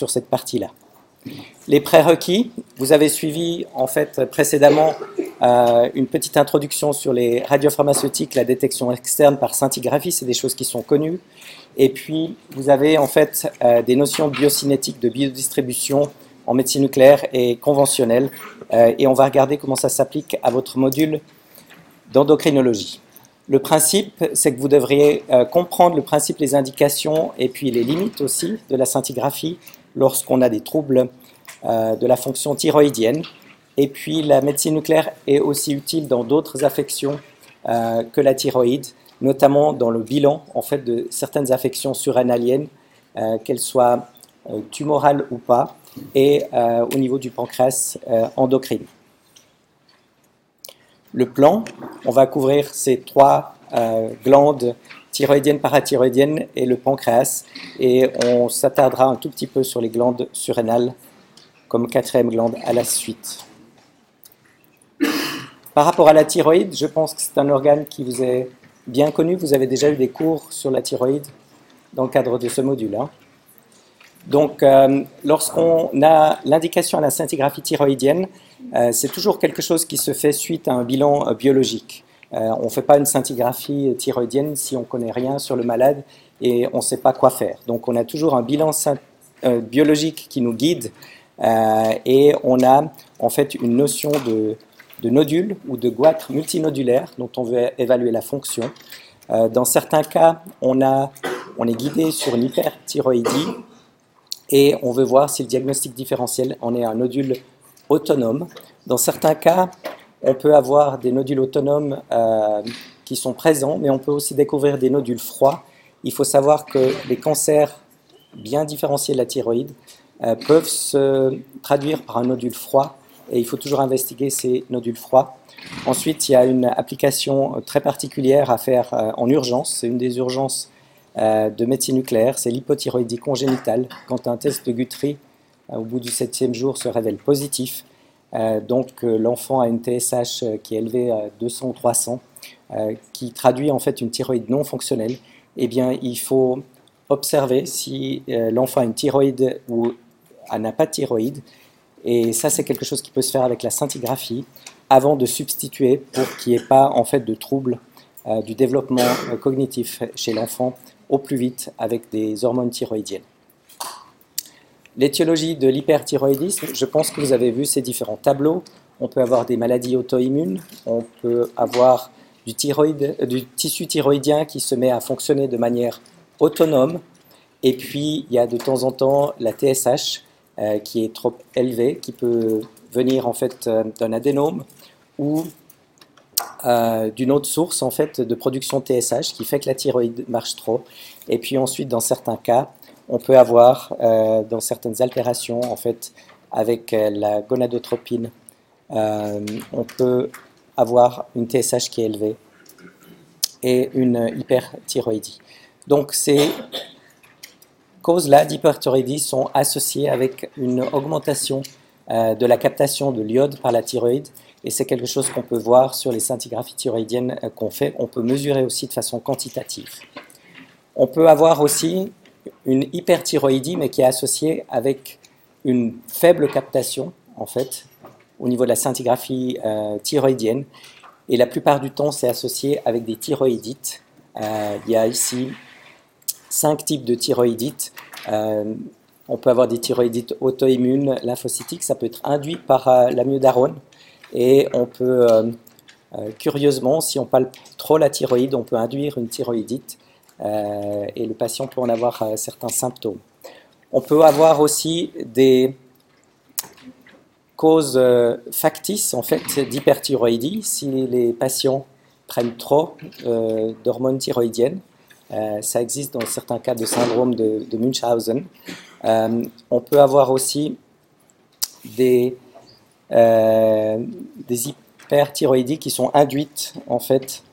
sur cette partie-là. Les prérequis, vous avez suivi en fait précédemment une petite introduction sur les radiopharmaceutiques, la détection externe par scintigraphie, c'est des choses qui sont connues. Et puis vous avez en fait des notions de biocinétique, de biodistribution en médecine nucléaire et conventionnelle. Et on va regarder comment ça s'applique à votre module d'endocrinologie. Le principe, c'est que vous devriez comprendre le principe, les indications et puis les limites aussi de la scintigraphie lorsqu'on a des troubles de la fonction thyroïdienne. Et puis la médecine nucléaire est aussi utile dans d'autres affections que la thyroïde, notamment dans le bilan en fait, de certaines affections surrénaliennes, qu'elles soient tumorales ou pas, et au niveau du pancréas endocrine. Le plan, on va couvrir ces trois glandes thyroïdiennes, parathyroïdiennes et le pancréas, et on s'attardera un tout petit peu sur les glandes surrénales comme quatrième glande à la suite. Par rapport à la thyroïde, je pense que c'est un organe qui vous est bien connu. Vous avez déjà eu des cours sur la thyroïde dans le cadre de ce module. Donc, lorsqu'on a l'indication à la scintigraphie thyroïdienne, c'est toujours quelque chose qui se fait suite à un bilan biologique. On ne fait pas une scintigraphie thyroïdienne si on ne connaît rien sur le malade et on ne sait pas quoi faire. Donc, on a toujours un bilan biologique qui nous guide et on a en fait une notion de nodule ou de goitre multinodulaire dont on veut évaluer la fonction. Dans certains cas, on est guidé sur une hyperthyroïdie et on veut voir si le diagnostic différentiel en est un nodule autonome. Dans certains cas, on peut avoir des nodules autonomes qui sont présents, mais on peut aussi découvrir des nodules froids. Il faut savoir que les cancers bien différenciés de la thyroïde peuvent se traduire par un nodule froid, et il faut toujours investiguer ces nodules froids. Ensuite, il y a une application très particulière à faire en urgence, c'est une des urgences de médecine nucléaire, c'est l'hypothyroïdie congénitale, quand un test de Guthrie au bout du 7e jour se révèle positif, donc l'enfant a une TSH qui est élevée à 200 ou 300, qui traduit en fait une thyroïde non fonctionnelle. Eh bien, il faut observer si l'enfant a une thyroïde ou n'a pas de thyroïde, et ça c'est quelque chose qui peut se faire avec la scintigraphie avant de substituer pour qu'il n'y ait pas en fait de troubles du développement cognitif chez l'enfant au plus vite avec des hormones thyroïdiennes. L'étiologie de l'hyperthyroïdisme, je pense que vous avez vu ces différents tableaux. On peut avoir des maladies auto-immunes, on peut avoir du tissu thyroïdien qui se met à fonctionner de manière autonome, et puis il y a de temps en temps la TSH qui est trop élevée, qui peut venir en fait d'un adénome ou d'une autre source en fait de production TSH qui fait que la thyroïde marche trop. Et puis ensuite, dans certains cas, on peut avoir dans certaines altérations en fait avec la gonadotropine, on peut avoir une TSH qui est élevée et une hyperthyroïdie. Donc ces causes-là d'hyperthyroïdie sont associées avec une augmentation de la captation de l'iode par la thyroïde, et c'est quelque chose qu'on peut voir sur les scintigraphies thyroïdiennes qu'on fait. On peut mesurer aussi de façon quantitative. On peut avoir aussi une hyperthyroïdie, mais qui est associée avec une faible captation, en fait, au niveau de la scintigraphie thyroïdienne, et la plupart du temps, c'est associé avec des thyroïdites. Il y a ici 5 types de thyroïdites. On peut avoir des thyroïdites auto-immunes, lymphocytiques, ça peut être induit par l'amiodarone, et on peut, curieusement, si on palpe trop la thyroïde, on peut induire une thyroïdite, et le patient peut en avoir certains symptômes. On peut avoir aussi des causes factices en fait, d'hyperthyroïdie si les patients prennent trop d'hormones thyroïdiennes. Ça existe dans certains cas de syndrome de Munchausen. On peut avoir aussi des hyperthyroïdies qui sont induites en fait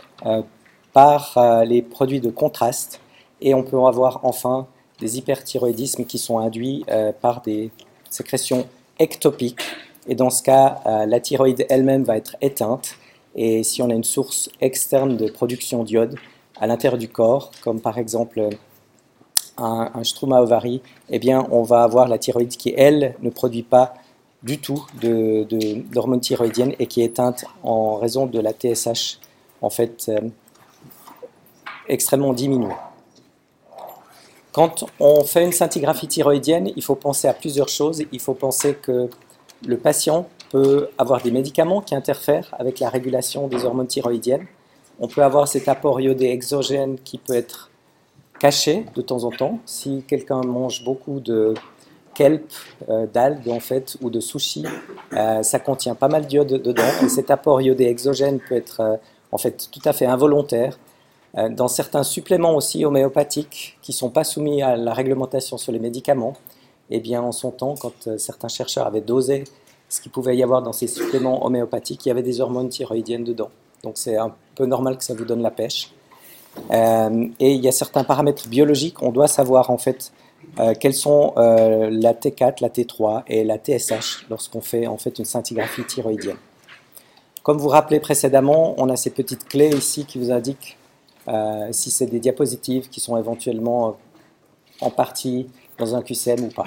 par les produits de contraste, et on peut avoir enfin des hyperthyroïdismes qui sont induits par des sécrétions ectopiques, et dans ce cas la thyroïde elle-même va être éteinte, et si on a une source externe de production d'iode à l'intérieur du corps, comme par exemple un struma ovary, eh bien, on va avoir la thyroïde qui, elle, ne produit pas du tout d'hormones thyroïdiennes et qui est éteinte en raison de la TSH, en fait, extrêmement diminuée. Quand on fait une scintigraphie thyroïdienne, il faut penser à plusieurs choses. Il faut penser que le patient peut avoir des médicaments qui interfèrent avec la régulation des hormones thyroïdiennes. On peut avoir cet apport iodé exogène qui peut être caché de temps en temps. Si quelqu'un mange beaucoup de kelp, d'algues en fait, ou de sushi, ça contient pas mal d'iode dedans. Et cet apport iodé exogène peut être en fait tout à fait involontaire. Dans certains suppléments aussi homéopathiques qui ne sont pas soumis à la réglementation sur les médicaments, eh bien en son temps, quand certains chercheurs avaient dosé ce qu'il pouvait y avoir dans ces suppléments homéopathiques, il y avait des hormones thyroïdiennes dedans. Donc c'est un peu normal que ça vous donne la pêche. Et il y a certains paramètres biologiques, on doit savoir en fait quels sont la T4, la T3 et la TSH lorsqu'on fait en fait une scintigraphie thyroïdienne. Comme vous vous rappelez précédemment, on a ces petites clés ici qui vous indiquent si c'est des diapositives qui sont éventuellement en partie dans un QCM ou pas.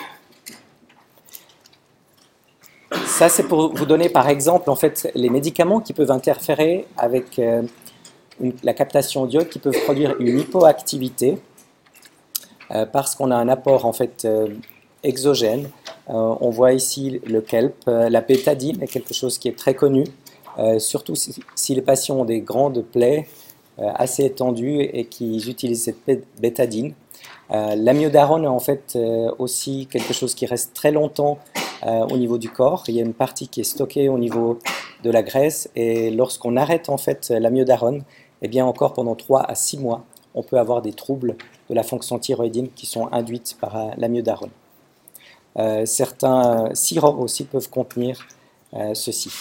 Ça, c'est pour vous donner par exemple en fait, les médicaments qui peuvent interférer avec la captation d'iode, qui peuvent produire une hypoactivité parce qu'on a un apport en fait, exogène. On voit ici le kelp. La bétadine est quelque chose qui est très connu, surtout si les patients ont des grandes plaies assez étendues et qu'ils utilisent cette bétadine. L'amiodarone est en fait aussi quelque chose qui reste très longtemps au niveau du corps. Il y a une partie qui est stockée au niveau de la graisse et lorsqu'on arrête en fait l'amiodarone, eh bien encore pendant 3 à 6 mois, on peut avoir des troubles de la fonction thyroïdienne qui sont induites par l'amiodarone. Certains sirops aussi peuvent contenir ceci.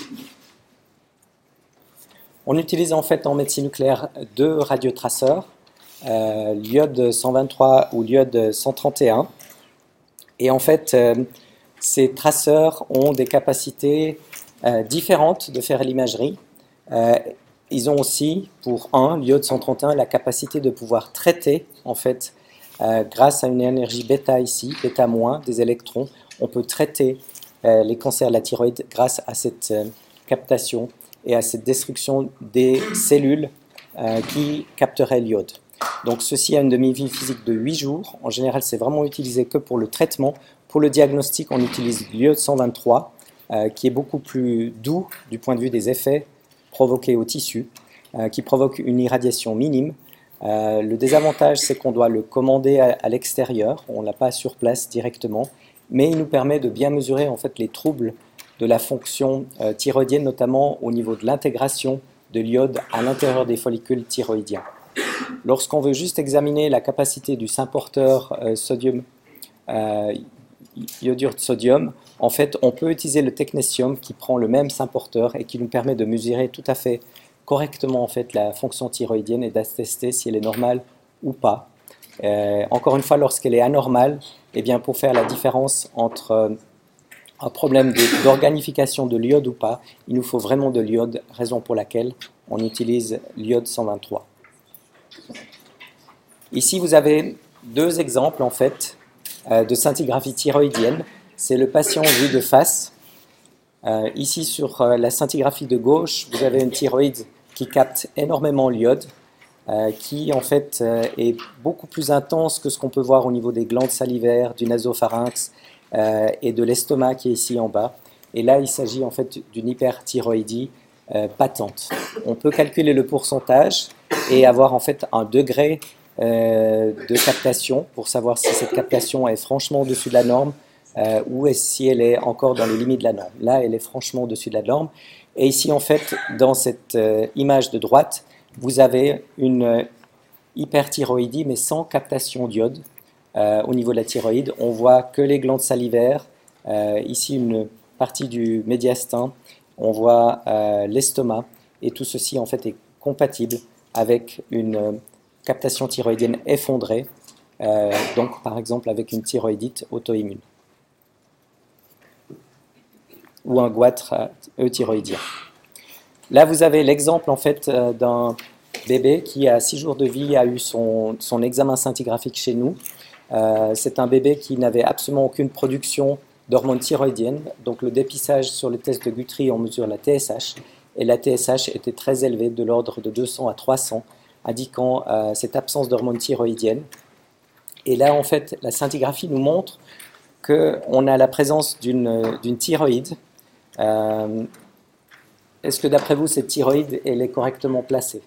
On utilise en fait en médecine nucléaire 2 radiotraceurs, l'iode 123 ou l'iode 131. Et en fait, ces traceurs ont des capacités différentes de faire l'imagerie. Ils ont aussi, pour l'iode 131, la capacité de pouvoir traiter, en fait, grâce à une énergie bêta ici, bêta moins, des électrons, on peut traiter les cancers de la thyroïde grâce à cette captation et à cette destruction des cellules qui capteraient l'iode. Donc ceci a une demi-vie physique de 8 jours. En général, c'est vraiment utilisé que pour le traitement. Pour le diagnostic, on utilise l'iode 123, qui est beaucoup plus doux du point de vue des effets provoqués au tissu, qui provoque une irradiation minime. Le désavantage, c'est qu'on doit le commander à l'extérieur, on ne l'a pas sur place directement, mais il nous permet de bien mesurer en fait, les troubles de la fonction thyroïdienne, notamment au niveau de l'intégration de l'iode à l'intérieur des follicules thyroïdiens. Lorsqu'on veut juste examiner la capacité du symporteur sodium, iodure de sodium, en fait, on peut utiliser le technétium qui prend le même symporteur et qui nous permet de mesurer tout à fait correctement en fait, la fonction thyroïdienne et d'attester si elle est normale ou pas. Encore une fois, lorsqu'elle est anormale, eh bien, pour faire la différence entre un problème d'organification de l'iode ou pas, il nous faut vraiment de l'iode, raison pour laquelle on utilise l'iode 123. Ici, vous avez 2 exemples en fait de scintigraphie thyroïdienne. C'est le patient vu de face. Ici, sur la scintigraphie de gauche, vous avez une thyroïde qui capte énormément l'iode, qui en fait est beaucoup plus intense que ce qu'on peut voir au niveau des glandes salivaires, du nasopharynx et de l'estomac qui est ici en bas. Et là, il s'agit en fait d'une hyperthyroïdie patente. On peut calculer le pourcentage et avoir en fait un degré de captation pour savoir si cette captation est franchement au-dessus de la norme ou si elle est encore dans les limites de la norme. Là, elle est franchement au-dessus de la norme. Et ici, en fait, dans cette image de droite, vous avez une hyperthyroïdie, mais sans captation d'iode. Au niveau de la thyroïde, on voit que les glandes salivaires, ici une partie du médiastin, on voit l'estomac, et tout ceci, en fait, est compatible avec une captation thyroïdienne effondrée, donc par exemple avec une thyroïdite auto-immune ou un goitre euthyroïdien. Là, vous avez l'exemple en fait d'un bébé qui, à 6 jours de vie, a eu son examen scintigraphique chez nous. C'est un bébé qui n'avait absolument aucune production d'hormones thyroïdiennes. Donc le dépistage sur le test de Guthrie, on mesure la TSH. Et la TSH était très élevée, de l'ordre de 200 à 300, indiquant cette absence d'hormones thyroïdiennes. Et là, en fait, la scintigraphie nous montre qu'on a la présence d'une thyroïde. Est-ce que d'après vous, cette thyroïde, elle est correctement placée?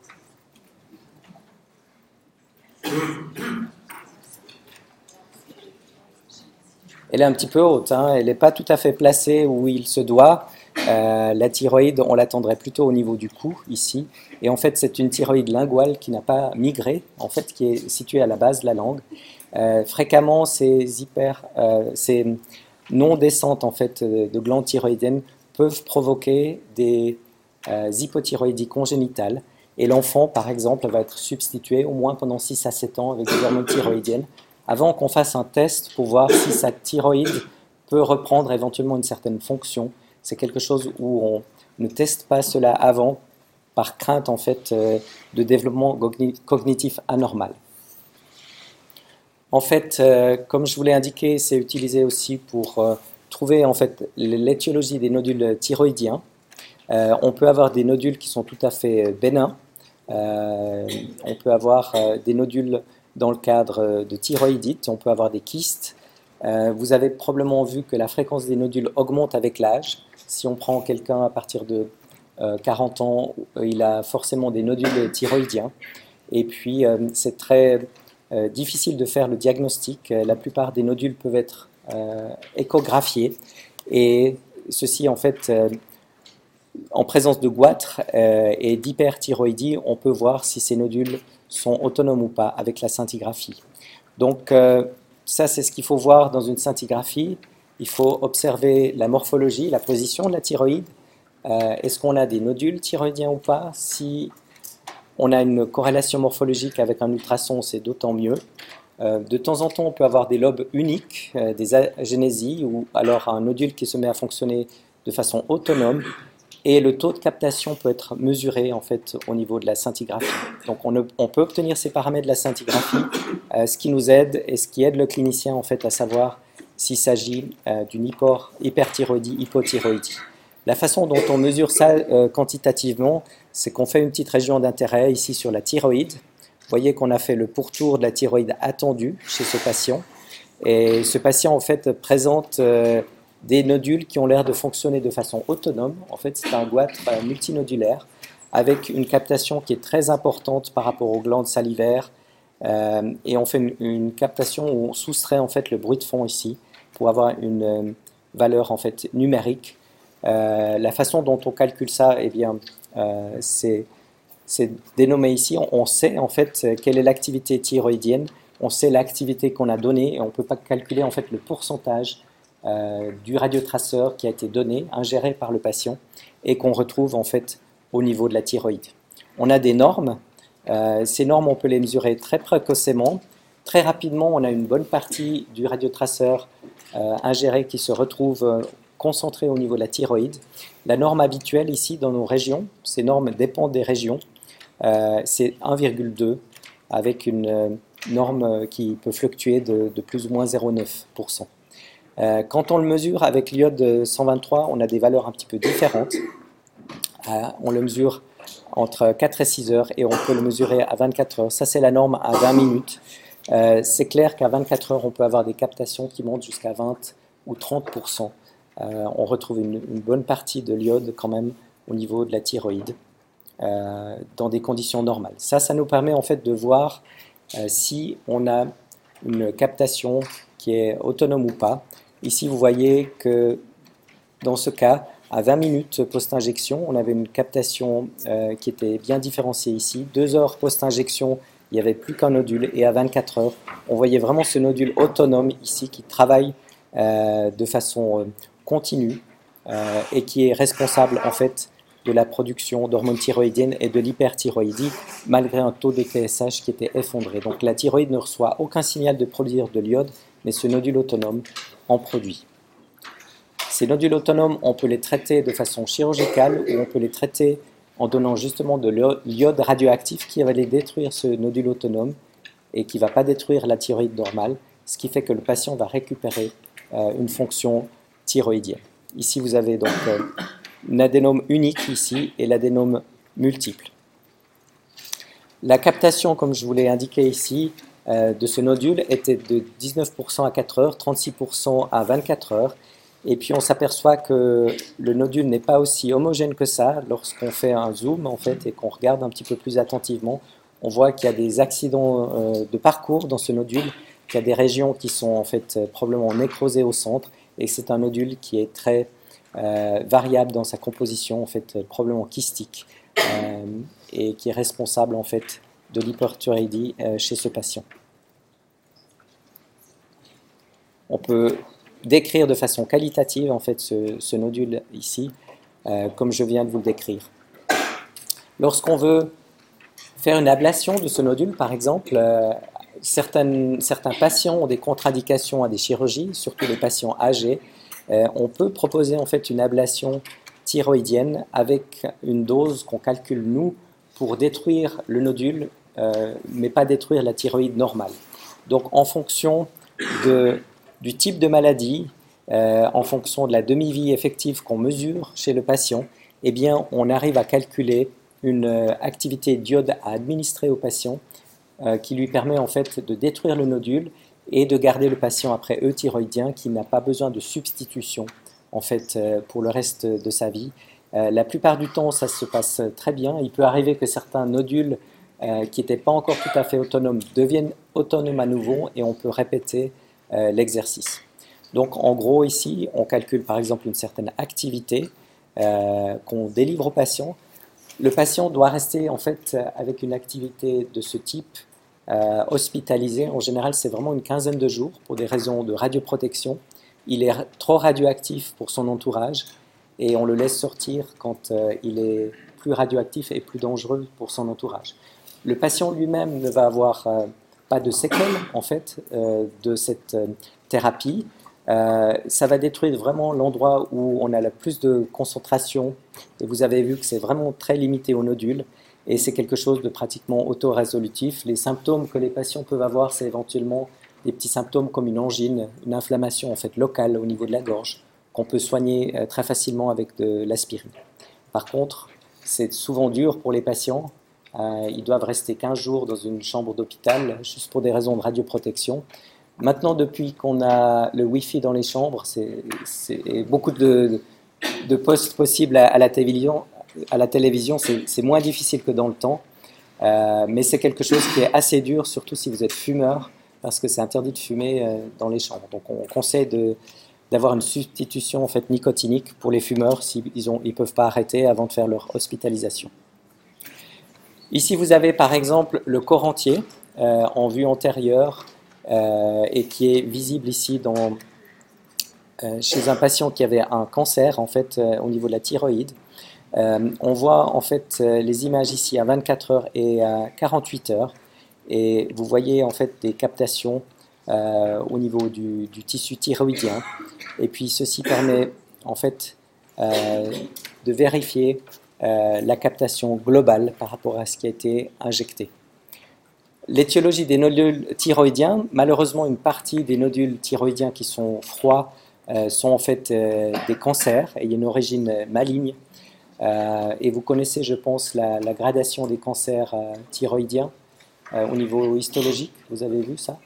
Elle est un petit peu haute, hein, elle n'est pas tout à fait placée où il se doit. La thyroïde, on l'attendrait plutôt au niveau du cou, ici. Et en fait, c'est une thyroïde linguale qui n'a pas migré, en fait, qui est située à la base de la langue. Fréquemment, ces non-descentes en fait, de glandes thyroïdiennes peuvent provoquer des hypothyroïdies congénitales. Et l'enfant, par exemple, va être substitué au moins pendant 6 à 7 ans avec des hormones thyroïdiennes, avant qu'on fasse un test pour voir si sa thyroïde peut reprendre éventuellement une certaine fonction. C'est quelque chose où on ne teste pas cela avant, par crainte en fait de développement cognitif anormal. En fait, comme je vous l'ai indiqué, c'est utilisé aussi pour trouver en fait l'étiologie des nodules thyroïdiens. On peut avoir des nodules qui sont tout à fait bénins. On peut avoir des nodules dans le cadre de thyroïdite, on peut avoir des kystes. Vous avez probablement vu que la fréquence des nodules augmente avec l'âge. Si on prend quelqu'un à partir de 40 ans, il a forcément des nodules thyroïdiens. Et puis, c'est très difficile de faire le diagnostic. La plupart des nodules peuvent être échographiés. Et ceci, en fait, en présence de goitre et d'hyperthyroïdie, on peut voir si ces nodules sont autonomes ou pas avec la scintigraphie. Donc ça, c'est ce qu'il faut voir dans une scintigraphie. Il faut observer la morphologie, la position de la thyroïde. Est-ce qu'on a des nodules thyroïdiens ou pas? Si on a une corrélation morphologique avec un ultrason, c'est d'autant mieux. De temps en temps, on peut avoir des lobes uniques, des agénésies, ou alors un nodule qui se met à fonctionner de façon autonome. Et le taux de captation peut être mesuré en fait au niveau de la scintigraphie. Donc on peut obtenir ces paramètres de la scintigraphie, ce qui nous aide et ce qui aide le clinicien en fait à savoir s'il s'agit d'une hyperthyroïdie, hypothyroïdie. La façon dont on mesure ça quantitativement, c'est qu'on fait une petite région d'intérêt ici sur la thyroïde. Vous voyez qu'on a fait le pourtour de la thyroïde attendue chez ce patient. Et ce patient en fait présente des nodules qui ont l'air de fonctionner de façon autonome. En fait, c'est un goitre multinodulaire avec une captation qui est très importante par rapport aux glandes salivaires. Et on fait une captation où on soustrait en fait le bruit de fond ici pour avoir une valeur en fait numérique. La façon dont on calcule ça, eh bien, c'est dénommé ici. On sait en fait quelle est l'activité thyroïdienne. On sait l'activité qu'on a donnée et on ne peut pas calculer en fait le pourcentage du radiotraceur qui a été donné, ingéré par le patient et qu'on retrouve en fait au niveau de la thyroïde. On a des normes. Ces normes, on peut les mesurer très précocement. Très rapidement, on a une bonne partie du radiotraceur ingéré qui se retrouve concentré au niveau de la thyroïde. La norme habituelle ici dans nos régions, ces normes dépendent des régions, c'est 1,2 avec une norme qui peut fluctuer de plus ou moins 0,9%. Quand on le mesure avec l'iode 123, on a des valeurs un petit peu différentes. On le mesure entre 4 et 6 heures et on peut le mesurer à 24 heures. Ça, c'est la norme à 20 minutes. C'est clair qu'à 24 heures, on peut avoir des captations qui montent jusqu'à 20 ou 30%. On retrouve une bonne partie de l'iode quand même au niveau de la thyroïde dans des conditions normales. Ça nous permet en fait de voir si on a une captation qui est autonome ou pas. Ici, vous voyez que dans ce cas, à 20 minutes post-injection, on avait une captation qui était bien différenciée ici. 2 heures post-injection, il n'y avait plus qu'un nodule. Et à 24 heures, on voyait vraiment ce nodule autonome ici qui travaille de façon continue et qui est responsable en fait de la production d'hormones thyroïdiennes et de l'hyperthyroïdie malgré un taux de TSH qui était effondré. Donc la thyroïde ne reçoit aucun signal de produire de l'iode, mais ce nodule autonome en produit. Ces nodules autonomes, on peut les traiter de façon chirurgicale ou on peut les traiter en donnant justement de l'iode radioactif qui va aller détruire ce nodule autonome et qui ne va pas détruire la thyroïde normale, ce qui fait que le patient va récupérer une fonction thyroïdienne. Ici, vous avez donc l'adénome unique ici et l'adénome multiple. La captation, comme je vous l'ai indiqué ici, de ce nodule était de 19% à 4 heures, 36% à 24 heures. Et puis on s'aperçoit que le nodule n'est pas aussi homogène que ça. Lorsqu'on fait un zoom en fait, et qu'on regarde un petit peu plus attentivement, on voit qu'il y a des accidents de parcours dans ce nodule, qu'il y a des régions qui sont en fait probablement nécrosées au centre, et c'est un nodule qui est très variable dans sa composition, en fait probablement kystique, et qui est responsable en fait de l'hyperthyroïdie chez ce patient. On peut décrire de façon qualitative en fait ce nodule ici, comme je viens de vous le décrire. Lorsqu'on veut faire une ablation de ce nodule, par exemple, certains patients ont des contre-indications à des chirurgies, surtout les patients âgés. On peut proposer en fait une ablation thyroïdienne avec une dose qu'on calcule nous pour détruire le nodule, mais pas détruire la thyroïde normale. Donc en fonction du type de maladie, en fonction de la demi-vie effective qu'on mesure chez le patient, eh bien, on arrive à calculer une activité d'iode à administrer au patient qui lui permet en fait de détruire le nodule et de garder le patient après euthyroïdien qui n'a pas besoin de substitution en fait pour le reste de sa vie. La plupart du temps, ça se passe très bien. Il peut arriver que certains nodules qui n'étaient pas encore tout à fait autonomes deviennent autonomes à nouveau et on peut répéter l'exercice. Donc en gros ici, on calcule par exemple une certaine activité qu'on délivre au patient. Le patient doit rester en fait avec une activité de ce type hospitalisé. En général, c'est vraiment une quinzaine de jours pour des raisons de radioprotection. Il est trop radioactif pour son entourage et on le laisse sortir quand il est plus radioactif et plus dangereux pour son entourage. Le patient lui-même ne va avoir pas de séquelles en fait de cette thérapie. Ça va détruire vraiment l'endroit où on a le plus de concentration et vous avez vu que c'est vraiment très limité au nodule et c'est quelque chose de pratiquement auto-résolutif. Les symptômes que les patients peuvent avoir, c'est éventuellement des petits symptômes comme une angine, une inflammation en fait locale au niveau de la gorge qu'on peut soigner très facilement avec de l'aspirine. Par contre, c'est souvent dur pour les patients. Ils doivent rester 15 jours dans une chambre d'hôpital juste pour des raisons de radioprotection. Maintenant, depuis qu'on a le Wi-Fi dans les chambres, c'est beaucoup de postes possibles à la télévision, c'est moins difficile que dans le temps, mais c'est quelque chose qui est assez dur, surtout si vous êtes fumeur, parce que c'est interdit de fumer dans les chambres. Donc on conseille d'avoir une substitution en fait, nicotinique pour les fumeurs s'ils ne peuvent pas arrêter avant de faire leur hospitalisation. Ici, vous avez par exemple le corps entier en vue antérieure, et qui est visible ici chez un patient qui avait un cancer en fait au niveau de la thyroïde. On voit en fait les images ici à 24 heures et à 48 heures et vous voyez en fait des captations au niveau du tissu thyroïdien et puis ceci permet en fait de vérifier la captation globale par rapport à ce qui a été injecté. L'étiologie des nodules thyroïdiens, malheureusement une partie des nodules thyroïdiens qui sont froids sont en fait des cancers et il y a une origine maligne. Et vous connaissez, je pense, la gradation des cancers thyroïdiens au niveau histologique. Vous avez vu ça?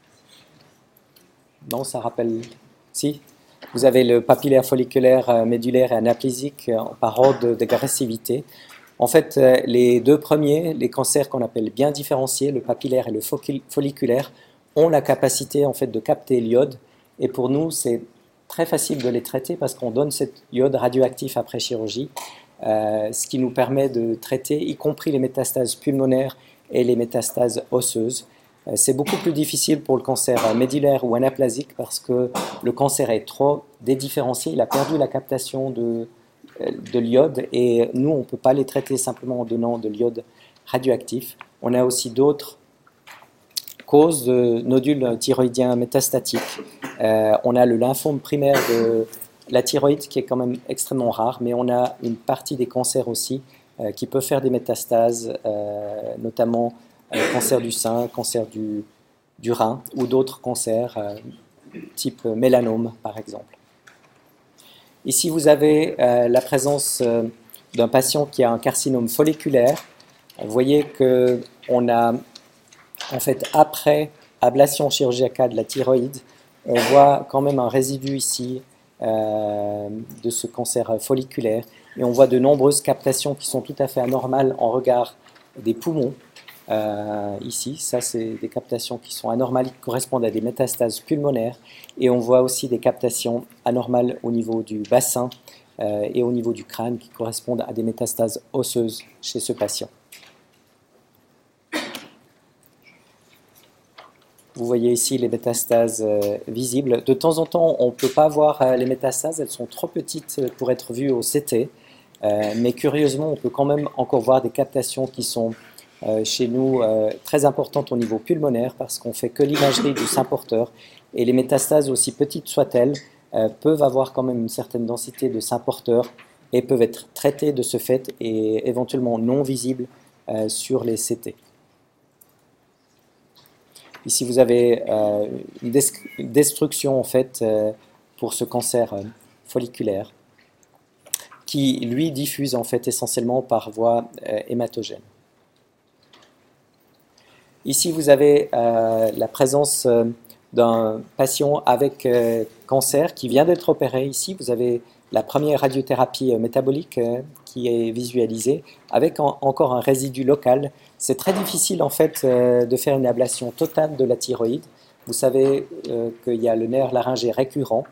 Non, ça rappelle... Si? Vous avez le papillaire folliculaire médulaire et anaplésique par ordre d'agressivité. En fait, les deux premiers, les cancers qu'on appelle bien différenciés, le papillaire et le folliculaire, ont la capacité en fait de capter l'iode. Et pour nous, c'est très facile de les traiter parce qu'on donne cet iode radioactif après chirurgie, ce qui nous permet de traiter, y compris les métastases pulmonaires et les métastases osseuses. C'est beaucoup plus difficile pour le cancer médulaire ou anaplasique parce que le cancer est trop dédifférencié, il a perdu la captation de l'iode et nous on ne peut pas les traiter simplement en donnant de l'iode radioactif. On a aussi d'autres causes de nodules thyroïdiens métastatiques. On a le lymphome primaire de la thyroïde qui est quand même extrêmement rare, mais on a une partie des cancers aussi qui peuvent faire des métastases, notamment cancer du sein, cancer du rein ou d'autres cancers type mélanome par exemple. Ici vous avez la présence d'un patient qui a un carcinome folliculaire. Vous voyez qu'on a en fait après ablation chirurgicale de la thyroïde, on voit quand même un résidu ici de ce cancer folliculaire et on voit de nombreuses captations qui sont tout à fait anormales en regard des poumons. Ici, ça c'est des captations qui sont anormales, qui correspondent à des métastases pulmonaires et on voit aussi des captations anormales au niveau du bassin et au niveau du crâne qui correspondent à des métastases osseuses chez ce patient. Vous voyez ici les métastases visibles. De temps en temps, on ne peut pas voir les métastases, elles sont trop petites pour être vues au CT, mais curieusement, on peut quand même encore voir des captations qui sont chez nous très importantes au niveau pulmonaire parce qu'on ne fait que l'imagerie du sein porteur et les métastases, aussi petites soient-elles, peuvent avoir quand même une certaine densité de sein porteur et peuvent être traitées de ce fait et éventuellement non visibles sur les CT. Ici, vous avez une destruction en fait pour ce cancer folliculaire qui, lui, diffuse en fait essentiellement par voie hématogène. Ici, vous avez la présence d'un patient avec cancer qui vient d'être opéré. Ici, vous avez la première radiothérapie métabolique qui est visualisée avec encore un résidu local. C'est très difficile en fait de faire une ablation totale de la thyroïde. Vous savez qu'il y a le nerf laryngé récurrent.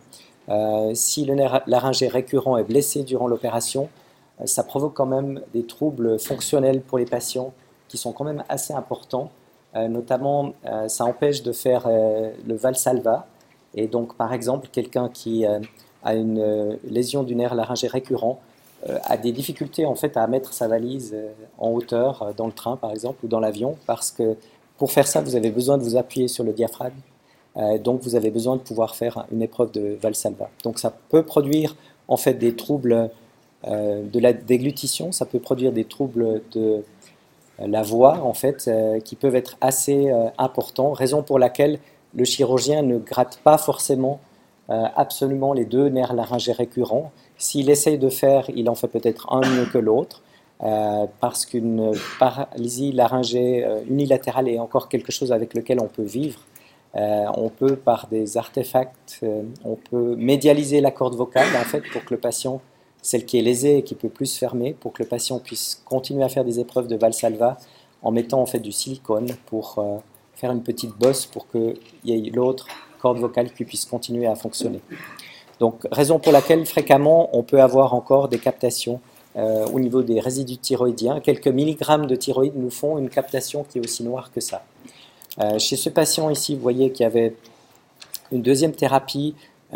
Si le nerf laryngé récurrent est blessé durant l'opération, ça provoque quand même des troubles fonctionnels pour les patients qui sont quand même assez importants. Notamment, ça empêche de faire le Valsalva. Et donc, par exemple, quelqu'un qui a une lésion du nerf laryngé récurrent a des difficultés en fait à mettre sa valise en hauteur dans le train, par exemple, ou dans l'avion, parce que pour faire ça, vous avez besoin de vous appuyer sur le diaphragme. Donc, vous avez besoin de pouvoir faire une épreuve de Valsalva. Donc, ça peut produire en fait des troubles de la déglutition, ça peut produire des troubles de la voix, en fait, qui peuvent être assez importants, raison pour laquelle le chirurgien ne gratte pas forcément absolument les deux nerfs laryngés récurrents. S'il essaye de faire, il en fait peut-être un mieux que l'autre, parce qu'une paralysie laryngée unilatérale est encore quelque chose avec lequel on peut vivre. On peut, par des artefacts, on peut médialiser la corde vocale, en fait, pour que le patient, celle qui est lésée et qui peut plus se fermer, pour que le patient puisse continuer à faire des épreuves de Valsalva en mettant en fait du silicone pour faire une petite bosse pour qu'il y ait l'autre corde vocale qui puisse continuer à fonctionner. Donc, raison pour laquelle fréquemment on peut avoir encore des captations au niveau des résidus thyroïdiens. Quelques milligrammes de thyroïde nous font une captation qui est aussi noire que ça. Chez ce patient ici, vous voyez qu'il y avait une deuxième thérapie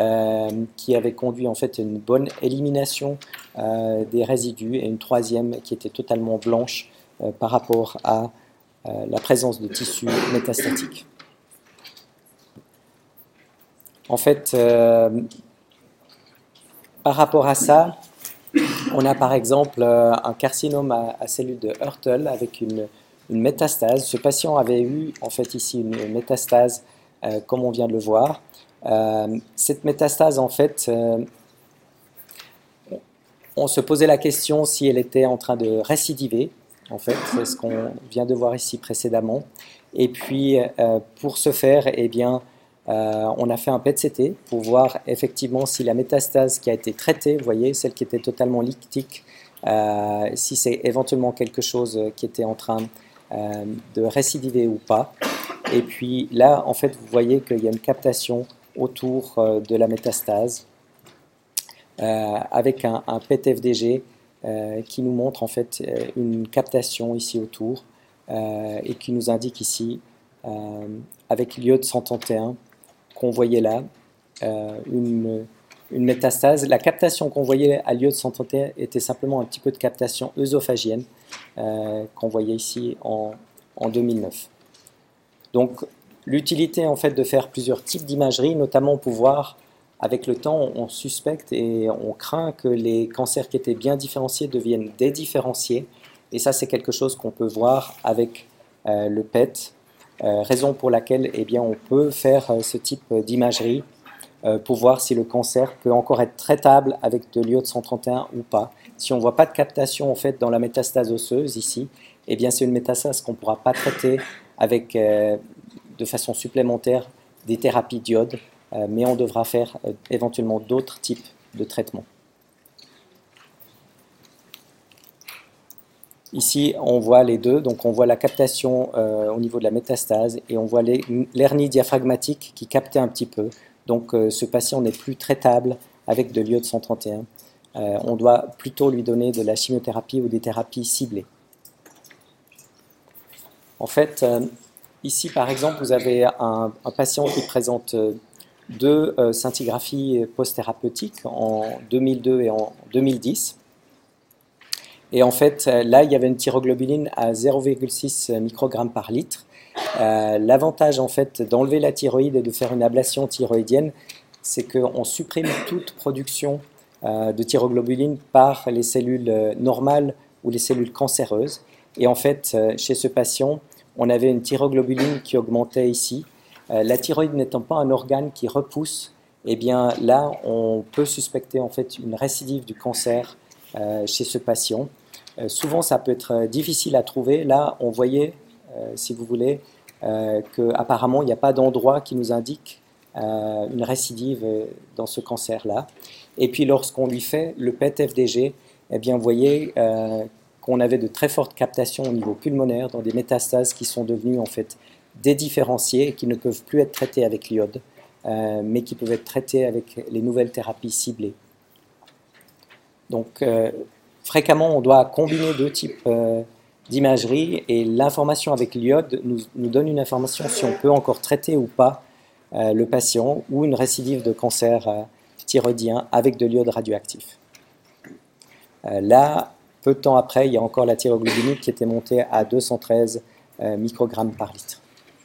qui avait conduit en fait à une bonne élimination des résidus et une troisième qui était totalement blanche par rapport à la présence de tissus métastatiques. En fait, par rapport à ça, on a par exemple un carcinome à cellules de Hürtel avec une métastase. Ce patient avait eu en fait ici une métastase comme on vient de le voir. Cette métastase, en fait, on se posait la question si elle était en train de récidiver, en fait, c'est ce qu'on vient de voir ici précédemment. Et puis, pour ce faire, eh bien, on a fait un PET-CT pour voir effectivement si la métastase qui a été traitée, vous voyez, celle qui était totalement lytique, si c'est éventuellement quelque chose qui était en train de récidiver ou pas. Et puis là, en fait, vous voyez qu'il y a une captation autour de la métastase avec un PET-FDG qui nous montre en fait une captation ici autour et qui nous indique ici avec l'iode 131 qu'on voyait là une métastase. La captation qu'on voyait à l'iode 131 était simplement un petit peu de captation œsophagienne qu'on voyait ici en 2009. Donc l'utilité en fait de faire plusieurs types d'imagerie, notamment pouvoir avec le temps, on suspecte et on craint que les cancers qui étaient bien différenciés deviennent dédifférenciés. Et ça, c'est quelque chose qu'on peut voir avec le PET, raison pour laquelle eh bien, on peut faire ce type d'imagerie pour voir si le cancer peut encore être traitable avec de l'iode 131 ou pas. Si on ne voit pas de captation en fait, dans la métastase osseuse ici, eh bien, c'est une métastase qu'on ne pourra pas traiter avec, de façon supplémentaire des thérapies d'iode, mais on devra faire éventuellement d'autres types de traitements. Ici, on voit les deux, donc on voit la captation au niveau de la métastase et on voit l'hernie diaphragmatique qui captait un petit peu. Donc ce patient n'est plus traitable avec de l'iode 131. On doit plutôt lui donner de la chimiothérapie ou des thérapies ciblées. En fait, ici par exemple, vous avez un patient qui présente deux scintigraphies post-thérapeutiques en 2002 et en 2010. Et en fait, là, il y avait une thyroglobuline à 0,6 microgrammes par litre. L'avantage, en fait, d'enlever la thyroïde et de faire une ablation thyroïdienne, c'est qu'on supprime toute production de thyroglobuline par les cellules normales ou les cellules cancéreuses. Et en fait, chez ce patient, on avait une thyroglobuline qui augmentait ici. La thyroïde n'étant pas un organe qui repousse, eh bien là, on peut suspecter en fait une récidive du cancer chez ce patient. Souvent, ça peut être difficile à trouver. Là, on voyait, si vous voulez, qu'apparemment, il n'y a pas d'endroit qui nous indique une récidive dans ce cancer-là. Et puis, lorsqu'on lui fait le PET-FDG, eh bien, vous voyez qu'on avait de très fortes captations au niveau pulmonaire dans des métastases qui sont devenues en fait dédifférenciées et qui ne peuvent plus être traitées avec l'iode, mais qui peuvent être traitées avec les nouvelles thérapies ciblées. Donc, fréquemment, on doit combiner deux types d'imagerie et l'information avec l'iode nous donne une information si on peut encore traiter ou pas le patient ou une récidive de cancer thyroïdien avec de l'iode radioactif. Là, peu de temps après, il y a encore la thyroglobuline qui était montée à 213 microgrammes par litre.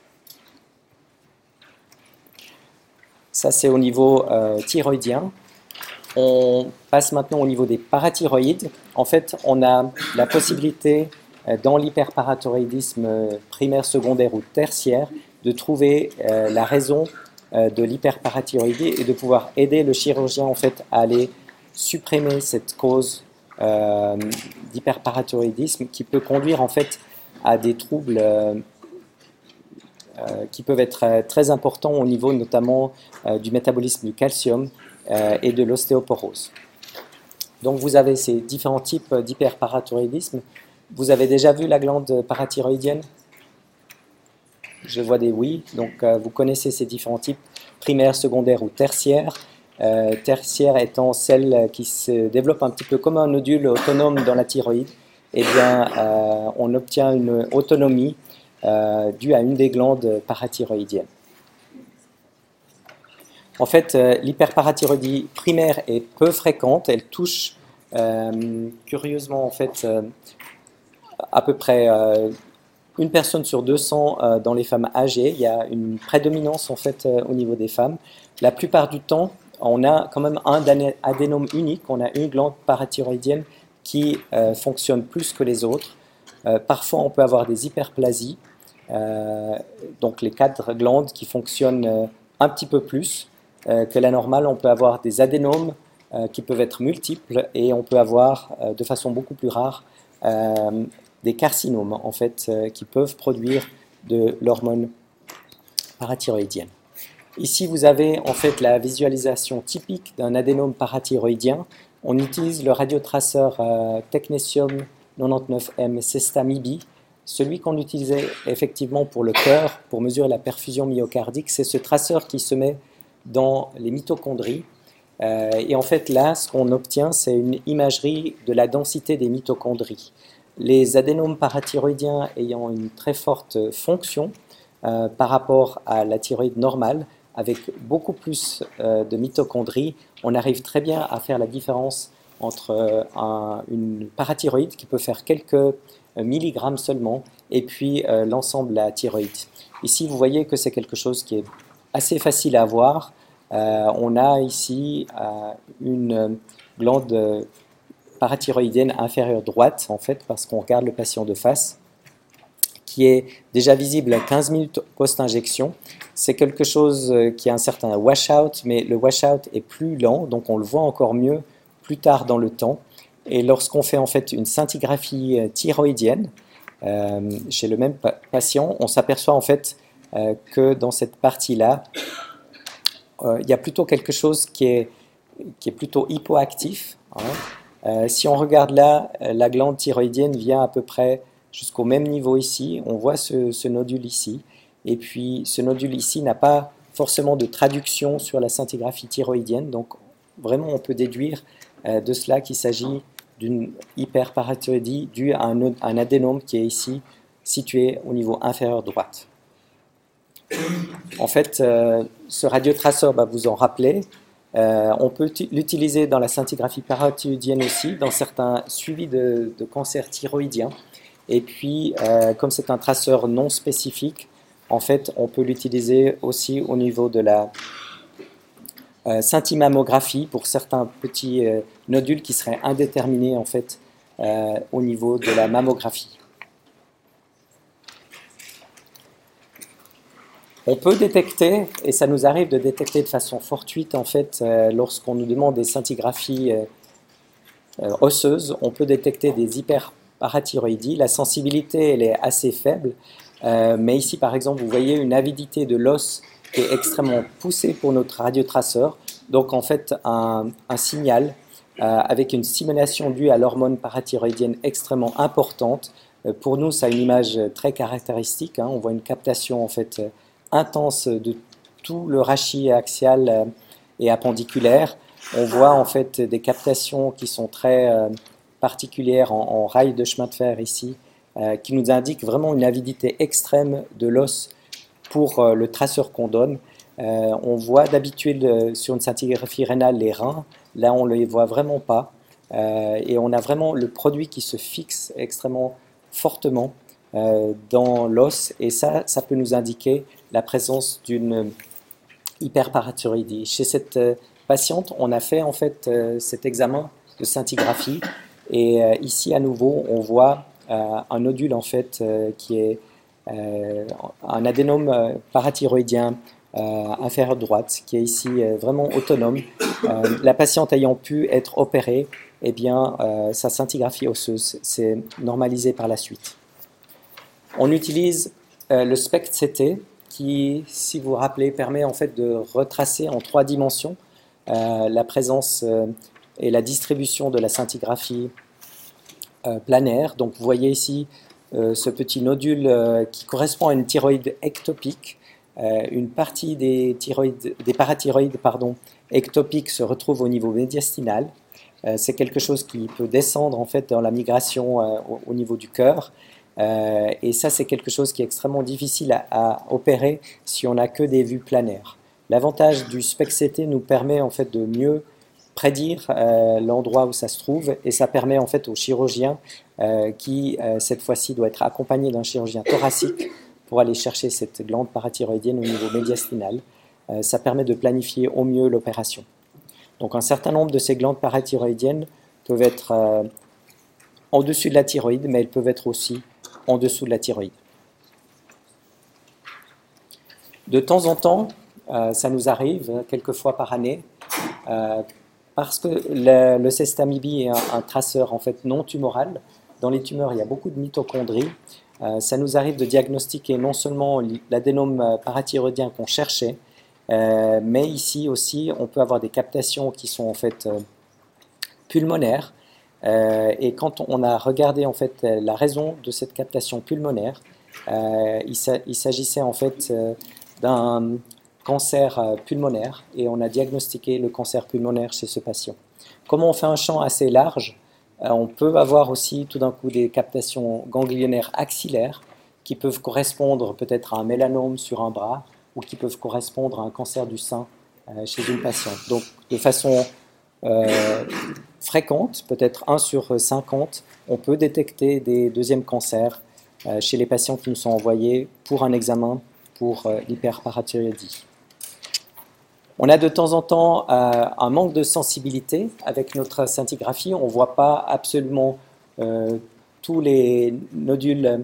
Ça, c'est au niveau thyroïdien. On passe maintenant au niveau des parathyroïdes. En fait, on a la possibilité, dans l'hyperparathyroïdisme primaire, secondaire ou tertiaire, de trouver la raison de l'hyperparathyroïdie et de pouvoir aider le chirurgien en fait, à aller supprimer cette cause d'hyperparathyroïdisme qui peut conduire en fait, à des troubles qui peuvent être très importants au niveau notamment du métabolisme du calcium et de l'ostéoporose. Donc vous avez ces différents types d'hyperparathyroïdisme. Vous avez déjà vu la glande parathyroïdienne? Je vois des oui. Donc vous connaissez ces différents types, primaire, secondaire ou tertiaire. Tertiaire étant celle qui se développe un petit peu comme un nodule autonome dans la thyroïde. Eh bien, on obtient une autonomie due à une des glandes parathyroïdiennes. En fait, l'hyperparathyroïdie primaire est peu fréquente. Elle touche curieusement en fait, à peu près une personne sur 200 dans les femmes âgées. Il y a une prédominance en fait, au niveau des femmes. La plupart du temps, on a quand même un adénome unique. On a une glande parathyroïdienne qui fonctionne plus que les autres. Parfois, on peut avoir des hyperplasies, donc les 4 glandes qui fonctionnent un petit peu plus que la normale. On peut avoir des adénomes qui peuvent être multiples et on peut avoir de façon beaucoup plus rare des carcinomes en fait, qui peuvent produire de l'hormone parathyroïdienne. Ici, vous avez en fait la visualisation typique d'un adénome parathyroïdien. On utilise le radiotraceur technétium 99M Cesta-MIBI. Celui qu'on utilisait effectivement pour le cœur, pour mesurer la perfusion myocardique, c'est ce traceur qui se met dans les mitochondries. Et en fait, là, ce qu'on obtient, c'est une imagerie de la densité des mitochondries. Les adénomes parathyroïdiens ayant une très forte fonction par rapport à la thyroïde normale, avec beaucoup plus de mitochondries, on arrive très bien à faire la différence entre une parathyroïde qui peut faire quelques milligrammes seulement et puis l'ensemble de la thyroïde. Ici, vous voyez que c'est quelque chose qui est assez facile à voir. on a ici une glande parathyroïdienne inférieure droite, en fait, parce qu'on regarde le patient de face, qui est déjà visible à 15 minutes post-injection. C'est quelque chose qui a un certain washout, mais le washout est plus lent, donc on le voit encore mieux plus tard dans le temps. Et lorsqu'on fait en fait une scintigraphie thyroïdienne chez le même patient, on s'aperçoit en fait que dans cette partie-là, il y a plutôt quelque chose qui est plutôt hypoactif. Si on regarde là, la glande thyroïdienne vient à peu près jusqu'au même niveau ici. On voit ce nodule ici. Et puis ce nodule ici n'a pas forcément de traduction sur la scintigraphie thyroïdienne. Donc vraiment on peut déduire de cela qu'il s'agit d'une hyperparathyroïdie due à un adénome qui est ici situé au niveau inférieur droite. En fait, ce radiotraceur, vous en rappelez, on peut l'utiliser dans la scintigraphie parathyroïdienne aussi, dans certains suivis de cancers thyroïdiens. Et puis, comme c'est un traceur non spécifique, en fait, on peut l'utiliser aussi au niveau de la scintimammographie pour certains petits nodules qui seraient indéterminés en fait au niveau de la mammographie. On peut détecter, et ça nous arrive de détecter de façon fortuite en fait, lorsqu'on nous demande des scintigraphies osseuses, on peut détecter des hyperparathyroïdies. La sensibilité elle est assez faible, mais ici par exemple vous voyez une avidité de l'os qui est extrêmement poussée pour notre radiotraceur, donc en fait un signal avec une stimulation due à l'hormone parathyroïdienne extrêmement importante. Pour nous, ça a une image très caractéristique, on voit une captation en fait intense de tout le rachis axial et appendiculaire. On voit en fait des captations qui sont très particulières en rail de chemin de fer ici, qui nous indiquent vraiment une avidité extrême de l'os pour le traceur qu'on donne. On voit d'habitude sur une scintigraphie rénale les reins, là on ne les voit vraiment pas, et on a vraiment le produit qui se fixe extrêmement fortement dans l'os, et ça peut nous indiquer la présence d'une hyperparathyroïdie. Chez cette patiente, on a fait en fait cet examen de scintigraphie, et ici à nouveau on voit un nodule en fait qui est un adénome parathyroïdien inférieur droite, qui est ici vraiment autonome. La patiente ayant pu être opérée, eh bien, sa scintigraphie osseuse s'est normalisée par la suite. On utilise le SPECT-CT qui, si vous vous rappelez, permet en fait de retracer en 3 dimensions la présence et la distribution de la scintigraphie planaire. Donc vous voyez ici ce petit nodule qui correspond à une thyroïde ectopique. Une partie des parathyroïdes ectopiques se retrouve au niveau médiastinal. C'est quelque chose qui peut descendre en fait dans la migration au niveau du cœur. Et ça, c'est quelque chose qui est extrêmement difficile à opérer si on n'a que des vues planaires. L'avantage du SPECT-CT nous permet en fait de mieux prédire l'endroit où ça se trouve, et ça permet en fait au chirurgien qui cette fois-ci doit être accompagné d'un chirurgien thoracique pour aller chercher cette glande parathyroïdienne au niveau médiastinal. Ça permet de planifier au mieux l'opération. Donc un certain nombre de ces glandes parathyroïdiennes peuvent être en dessus de la thyroïde, mais elles peuvent être aussi en dessous de la thyroïde. De temps en temps, ça nous arrive, quelques fois par année, parce que le cestamibie est un traceur en fait non tumoral. Dans les tumeurs, il y a beaucoup de mitochondries. Ça nous arrive de diagnostiquer non seulement l'adénome parathyroïdien qu'on cherchait, mais ici aussi, on peut avoir des captations qui sont en fait pulmonaires. Et quand on a regardé en fait la raison de cette captation pulmonaire, il s'agissait en fait d'un cancer pulmonaire, et on a diagnostiqué le cancer pulmonaire chez ce patient. Comme on fait un champ assez large, on peut avoir aussi tout d'un coup des captations ganglionnaires axillaires qui peuvent correspondre peut-être à un mélanome sur un bras, ou qui peuvent correspondre à un cancer du sein chez une patiente. Donc de façon fréquente, peut-être 1 sur 50, on peut détecter des deuxièmes cancers chez les patients qui nous sont envoyés pour un examen pour l'hyperparathyroïdie. On a de temps en temps un manque de sensibilité avec notre scintigraphie. On ne voit pas absolument tous les nodules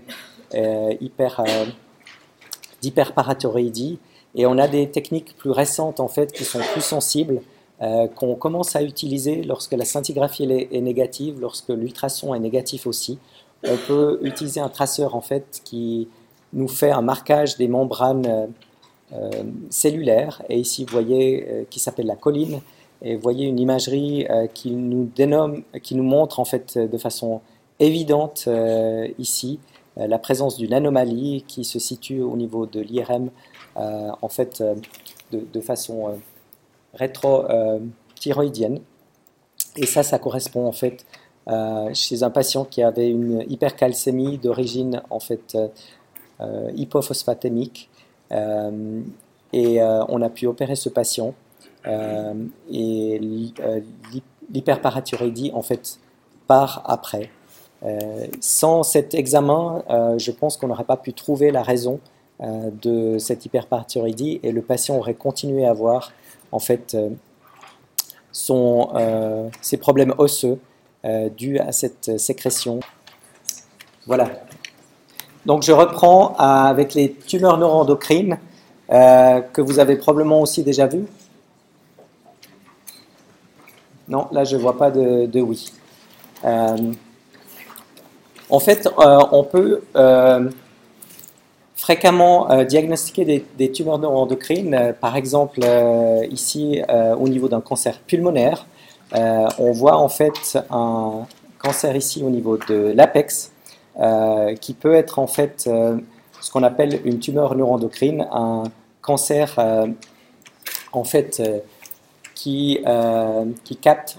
d'hyperparathyroïdie. Et on a des techniques plus récentes en fait qui sont plus sensibles, qu'on commence à utiliser lorsque la scintigraphie est négative, lorsque l'ultrason est négatif aussi. On peut utiliser un traceur en fait qui nous fait un marquage des membranes cellulaires, et ici vous voyez qui s'appelle la choline, et vous voyez une imagerie qui nous montre en fait de façon évidente ici la présence d'une anomalie qui se situe au niveau de l'IRM en fait de façon rétro-thyroïdienne, et ça correspond en fait chez un patient qui avait une hypercalcémie d'origine en fait hypophosphatémique. On a pu opérer ce patient et l'hyperparathyroïdie en fait part après. Sans cet examen, je pense qu'on n'aurait pas pu trouver la raison de cette hyperparathyroïdie, et le patient aurait continué à avoir en fait ses problèmes osseux dus à cette sécrétion. Voilà. Donc je reprends avec les tumeurs neuroendocrines que vous avez probablement aussi déjà vues. Non, là je ne vois pas de oui. En fait, on peut fréquemment diagnostiquer des tumeurs neuroendocrines. Par exemple, ici, au niveau d'un cancer pulmonaire, on voit en fait un cancer ici au niveau de l'apex, qui peut être en fait ce qu'on appelle une tumeur neuroendocrine, un cancer en fait qui capte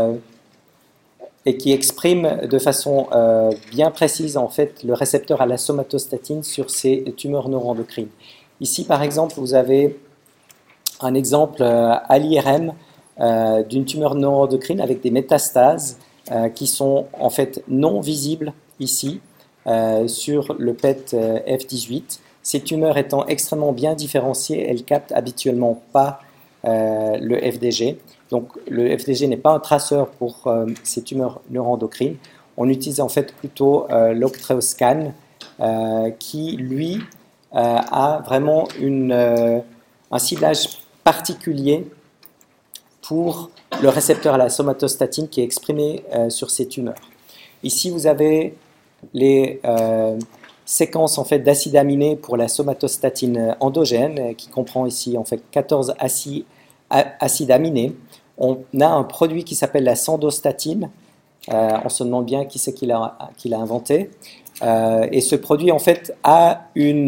et qui exprime de façon bien précise en fait le récepteur à la somatostatine sur ces tumeurs neuroendocrines. Ici par exemple vous avez un exemple à l'IRM d'une tumeur neuroendocrine avec des métastases qui sont en fait non visibles ici sur le PET F18. Ces tumeurs étant extrêmement bien différenciées, elles captent habituellement pas le FDG. Donc le FDG n'est pas un traceur pour ces tumeurs neuroendocrines. On utilise en fait plutôt l'Octreoscan qui lui a vraiment un ciblage particulier pour le récepteur à la somatostatine qui est exprimé sur ces tumeurs. Ici vous avez les séquences en fait d'acides aminés pour la somatostatine endogène qui comprend ici en fait 14 acides aminés. On a un produit qui s'appelle la sandostatine. On se demande bien qui c'est qui l'a inventé. Et ce produit en fait a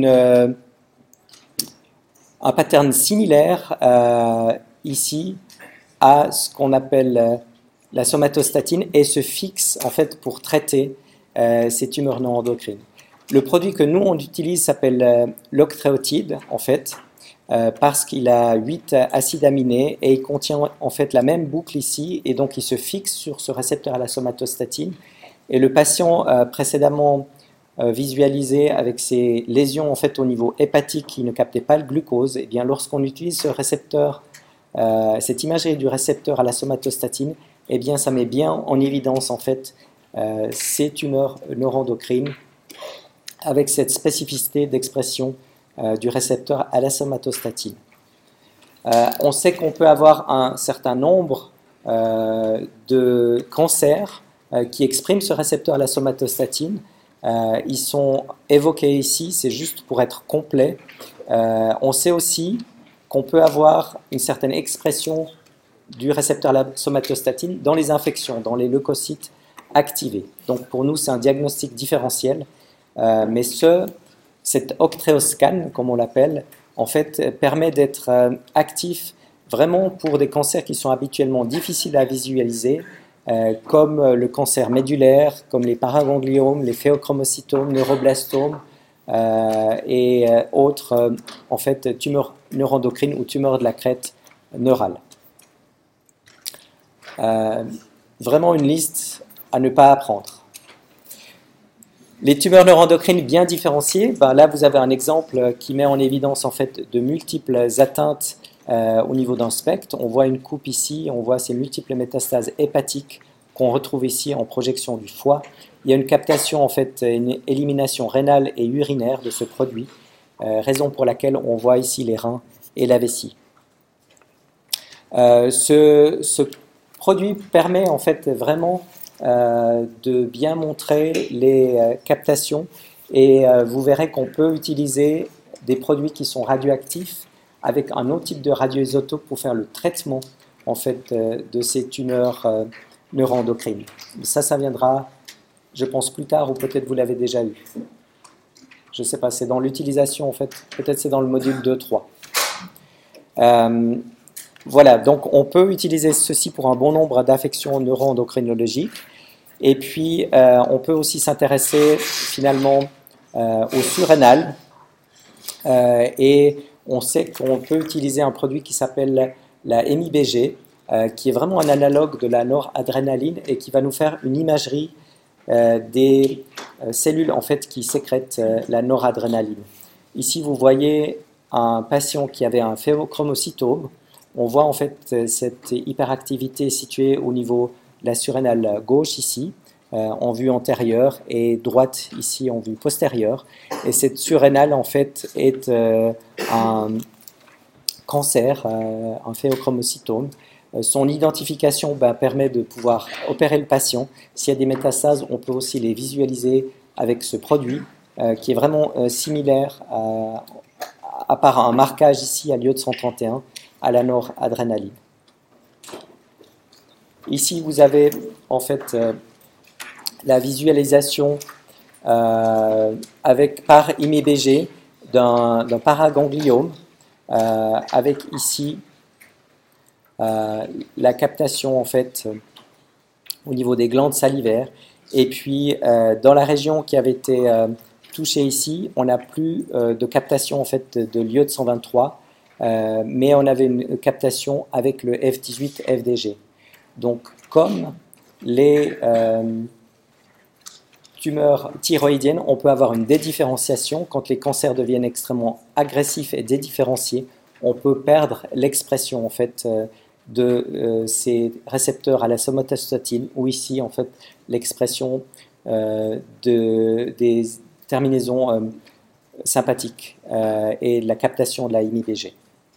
un pattern similaire ici à ce qu'on appelle la somatostatine et se fixe en fait pour traiter ces tumeurs neuroendocrines. Le produit que nous on utilise s'appelle l'octréotide en fait parce qu'il a 8 acides aminés et il contient en fait la même boucle ici, et donc il se fixe sur ce récepteur à la somatostatine. Et le patient précédemment visualisé avec ces lésions en fait au niveau hépatique qui ne captaient pas le glucose, et bien lorsqu'on utilise ce récepteur, cette imagerie du récepteur à la somatostatine, et bien ça met bien en évidence en fait ces tumeurs neuroendocrines avec cette spécificité d'expression du récepteur à la somatostatine. On sait qu'on peut avoir un certain nombre de cancers qui expriment ce récepteur à la somatostatine. Ils sont évoqués ici, c'est juste pour être complet. On sait aussi qu'on peut avoir une certaine expression du récepteur à la somatostatine dans les infections, dans les leucocytes activés. Donc pour nous, c'est un diagnostic différentiel, mais cet Octreoscan, comme on l'appelle, en fait, permet d'être actif vraiment pour des cancers qui sont habituellement difficiles à visualiser, comme le cancer médulaire, comme les paragangliomes, les phéochromocytomes, neuroblastomes et autres en fait, tumeurs neuroendocrines ou tumeurs de la crête neurale. Vraiment une liste à ne pas apprendre. Les tumeurs neuroendocrines bien différenciées, ben là vous avez un exemple qui met en évidence en fait de multiples atteintes au niveau d'un spectre. On voit une coupe ici, on voit ces multiples métastases hépatiques qu'on retrouve ici en projection du foie. Il y a une captation, en fait, une élimination rénale et urinaire de ce produit, raison pour laquelle on voit ici les reins et la vessie. Ce produit permet en fait vraiment de bien montrer les captations et vous verrez qu'on peut utiliser des produits qui sont radioactifs avec un autre type de radioisotope pour faire le traitement en fait de ces tumeurs neuroendocrines. Ça viendra, je pense, plus tard ou peut-être vous l'avez déjà eu. Je ne sais pas, c'est dans l'utilisation en fait, peut-être c'est dans le module 2-3. Voilà, donc on peut utiliser ceci pour un bon nombre d'affections neuroendocrinologiques. Et puis, on peut aussi s'intéresser finalement au surrénal. Et on sait qu'on peut utiliser un produit qui s'appelle la MIBG, qui est vraiment un analogue de la noradrénaline et qui va nous faire une imagerie des cellules en fait, qui sécrètent la noradrénaline. Ici, vous voyez un patient qui avait un phéochromocytome. On voit en fait cette hyperactivité située au niveau de la surrénale gauche ici, en vue antérieure, et droite ici en vue postérieure. Et cette surrénale en fait est un cancer, un phéochromocytome. Son identification permet de pouvoir opérer le patient. S'il y a des métastases, on peut aussi les visualiser avec ce produit qui est vraiment similaire, à part un marquage ici à l'iode 131, à la noradrénaline. Ici, vous avez en fait la visualisation par IMIBG d'un paragangliome avec ici la captation en fait au niveau des glandes salivaires et puis dans la région qui avait été touchée ici, on n'a plus de captation en fait de l'iode 123, mais on avait une captation avec le F18 FDG. Donc comme les tumeurs thyroïdiennes, on peut avoir une dédifférenciation. Quand les cancers deviennent extrêmement agressifs et dédifférenciés, on peut perdre l'expression en fait de ces récepteurs à la somatostatine, ou ici en fait l'expression des terminaisons sympathiques et la captation de la MIBG.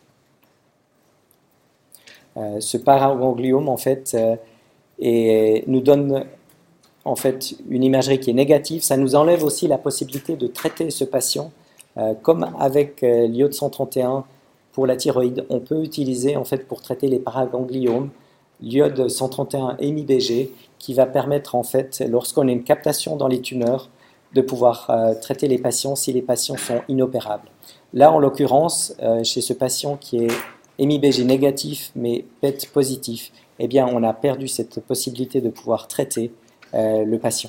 Ce paragangliome en fait nous donne en fait une imagerie qui est négative. Ça nous enlève aussi la possibilité de traiter ce patient comme avec l'iode 131 pour la thyroïde. On peut utiliser en fait pour traiter les paragangliomes l'iode 131 MIBG qui va permettre en fait lorsqu'on a une captation dans les tumeurs de pouvoir traiter les patients si les patients sont inopérables. Là en l'occurrence chez ce patient qui est MIBG négatif mais PET positif, eh bien on a perdu cette possibilité de pouvoir traiter le patient.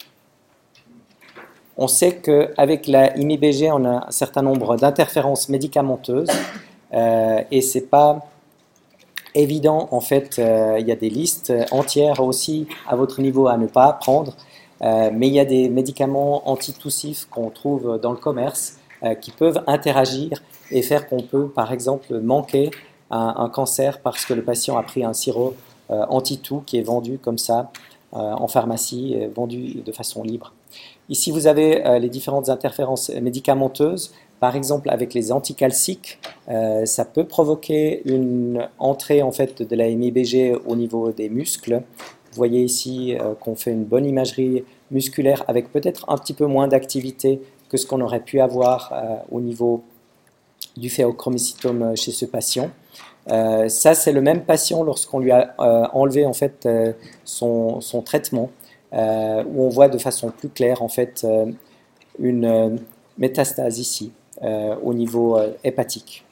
On sait qu'avec la IMIBG, on a un certain nombre d'interférences médicamenteuses et ce n'est pas évident. En fait, il y a des listes entières aussi à votre niveau à ne pas prendre, mais il y a des médicaments antitoussifs qu'on trouve dans le commerce qui peuvent interagir et faire qu'on peut, par exemple, manquer un cancer parce que le patient a pris un sirop anti-toux qui est vendu comme ça en pharmacie, vendu de façon libre. Ici, vous avez les différentes interférences médicamenteuses. Par exemple, avec les anticalciques, ça peut provoquer une entrée en fait, de la MIBG au niveau des muscles. Vous voyez ici qu'on fait une bonne imagerie musculaire avec peut-être un petit peu moins d'activité que ce qu'on aurait pu avoir au niveau du phéochromocytome chez ce patient. Ça, c'est le même patient lorsqu'on lui a enlevé en fait, son traitement, où on voit de façon plus claire en fait, une métastase ici, au niveau hépatique.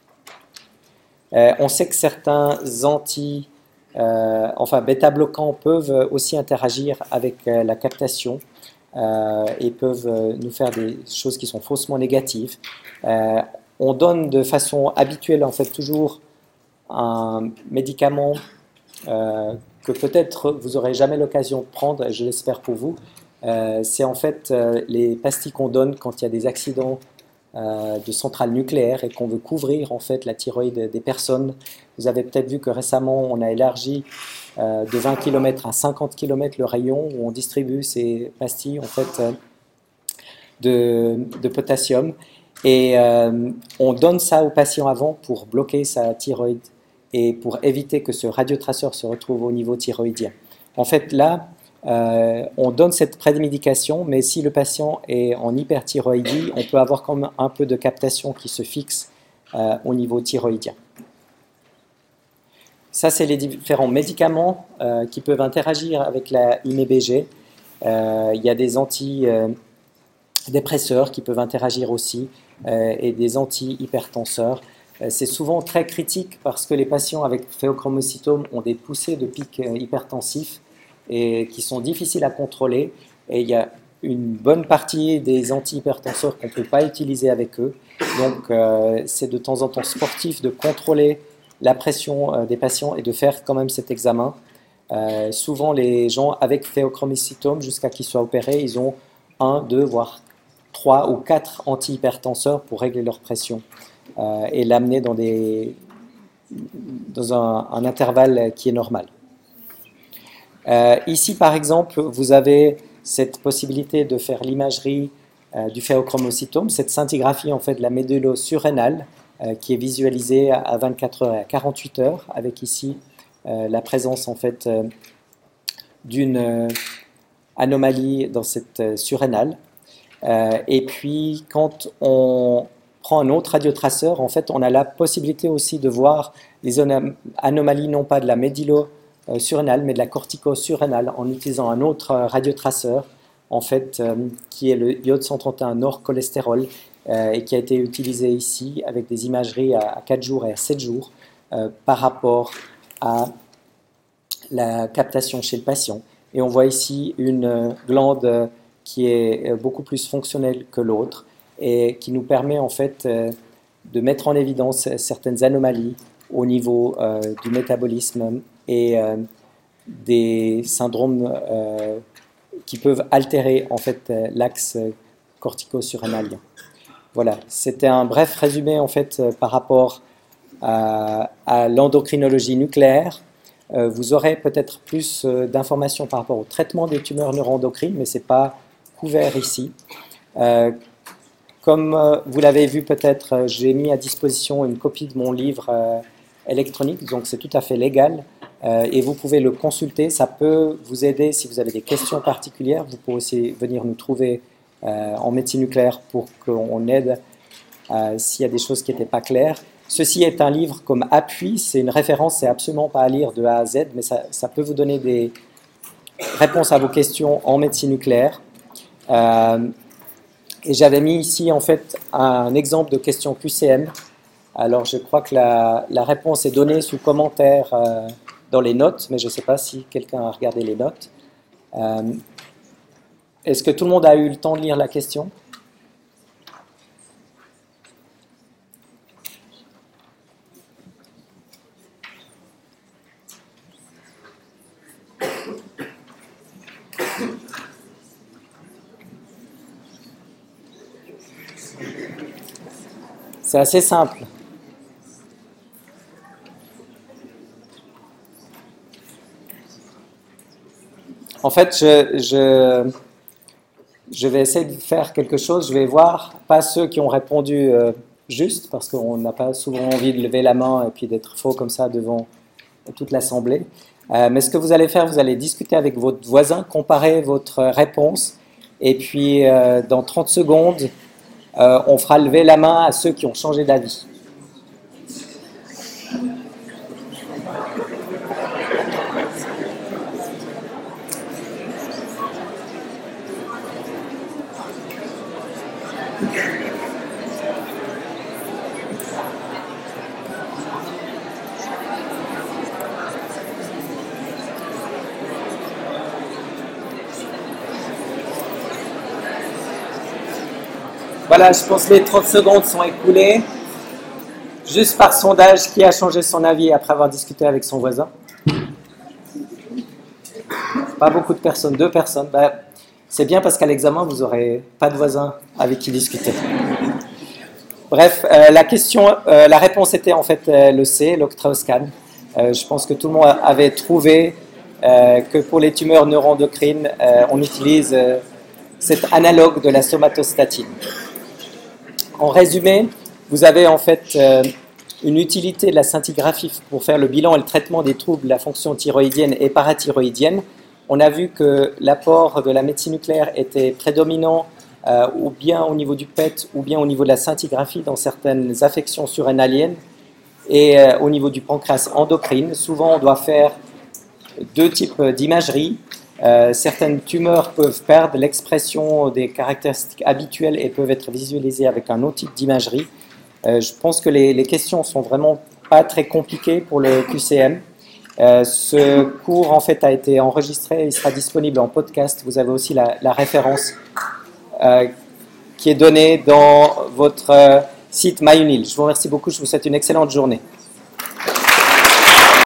On sait que certains bêta-bloquants peuvent aussi interagir avec la captation et peuvent nous faire des choses qui sont faussement négatives. On donne de façon habituelle en fait toujours un médicament que peut-être vous n'aurez jamais l'occasion de prendre, et je l'espère pour vous. C'est en fait les pastilles qu'on donne quand il y a des accidents de centrales nucléaires et qu'on veut couvrir en fait la thyroïde des personnes. Vous avez peut-être vu que récemment on a élargi de 20 km à 50 km le rayon où on distribue ces pastilles en fait de potassium et on donne ça au patient avant pour bloquer sa thyroïde et pour éviter que ce radiotraceur se retrouve au niveau thyroïdien. En fait là on donne cette prémédication, mais si le patient est en hyperthyroïdie, on peut avoir quand même un peu de captation qui se fixe au niveau thyroïdien. Ça, c'est les différents médicaments qui peuvent interagir avec la IMBG. Il y a des antidépresseurs qui peuvent interagir aussi et des antihypertenseurs. C'est souvent très critique parce que les patients avec phéochromocytome ont des poussées de pics hypertensifs et qui sont difficiles à contrôler. Et il y a une bonne partie des antihypertenseurs qu'on ne peut pas utiliser avec eux. Donc, c'est de temps en temps sportif de contrôler la pression des patients et de faire quand même cet examen. Souvent, les gens avec phéochromocytome, jusqu'à qu'ils soient opérés, ils ont 1, 2, voire 3 ou 4 antihypertenseurs pour régler leur pression et l'amener dans un intervalle qui est normal. Ici, par exemple, vous avez cette possibilité de faire l'imagerie du phéochromocytome, cette scintigraphie en fait de la médullo-surrénale qui est visualisée à 24 heures et à 48 heures, avec ici la présence en fait d'une anomalie dans cette surrénale. Et puis, quand on prend un autre radiotraceur, en fait, on a la possibilité aussi de voir les anomalies non pas de la médullo-surrénale, mais de la cortico-surrénale en utilisant un autre radiotraceur, en fait, qui est le iode 131 nord-cholestérol, et qui a été utilisé ici avec des imageries à 4 jours et à 7 jours par rapport à la captation chez le patient. Et on voit ici une glande qui est beaucoup plus fonctionnelle que l'autre et qui nous permet en fait de mettre en évidence certaines anomalies au niveau du métabolisme et des syndromes qui peuvent altérer en fait l'axe cortico-surrénalien. Voilà, c'était un bref résumé en fait par rapport à l'endocrinologie nucléaire. Vous aurez peut-être plus d'informations par rapport au traitement des tumeurs neuroendocrines, mais ce n'est pas couvert ici. Comme vous l'avez vu peut-être, j'ai mis à disposition une copie de mon livre électronique, donc c'est tout à fait légal et vous pouvez le consulter. Ça peut vous aider si vous avez des questions particulières. Vous pouvez aussi venir nous trouver en médecine nucléaire pour qu'on aide s'il y a des choses qui n'étaient pas claires. Ceci est un livre comme appui, c'est une référence, c'est absolument pas à lire de A à Z, mais ça peut vous donner des réponses à vos questions en médecine nucléaire. Et j'avais mis ici en fait un exemple de question QCM. Alors je crois que la réponse est donnée sous commentaire dans les notes, mais je ne sais pas si quelqu'un a regardé les notes. Est-ce que tout le monde a eu le temps de lire la question ? C'est assez simple. En fait, je vais essayer de faire quelque chose. Je vais voir, pas ceux qui ont répondu juste, parce qu'on n'a pas souvent envie de lever la main et puis d'être faux comme ça devant toute l'assemblée. Mais ce que vous allez faire, vous allez discuter avec votre voisin, comparer votre réponse, et puis dans 30 secondes, on fera lever la main à ceux qui ont changé d'avis. Voilà, je pense que les 30 secondes sont écoulées. Juste par sondage, qui a changé son avis après avoir discuté avec son voisin? Pas beaucoup de personnes, 2 personnes. C'est bien parce qu'à l'examen, vous n'aurez pas de voisin avec qui discuter. Bref, la réponse était en fait le C, l'octreoscan. Je pense que tout le monde avait trouvé que pour les tumeurs neuroendocrines, on utilise cet analogue de la somatostatine. En résumé, vous avez en fait une utilité de la scintigraphie pour faire le bilan et le traitement des troubles de la fonction thyroïdienne et parathyroïdienne. On a vu que l'apport de la médecine nucléaire était prédominant ou bien au niveau du PET ou bien au niveau de la scintigraphie dans certaines affections surrénaliennes et au niveau du pancréas endocrine. Souvent, on doit faire deux types d'imagerie. Certaines tumeurs peuvent perdre l'expression des caractéristiques habituelles et peuvent être visualisées avec un autre type d'imagerie. Je pense que les questions sont vraiment pas très compliquées pour le QCM. Ce cours en fait a été enregistré, il sera disponible en podcast. Vous avez aussi la référence qui est donnée dans votre site MyUnil. Je vous remercie beaucoup, je vous souhaite une excellente journée.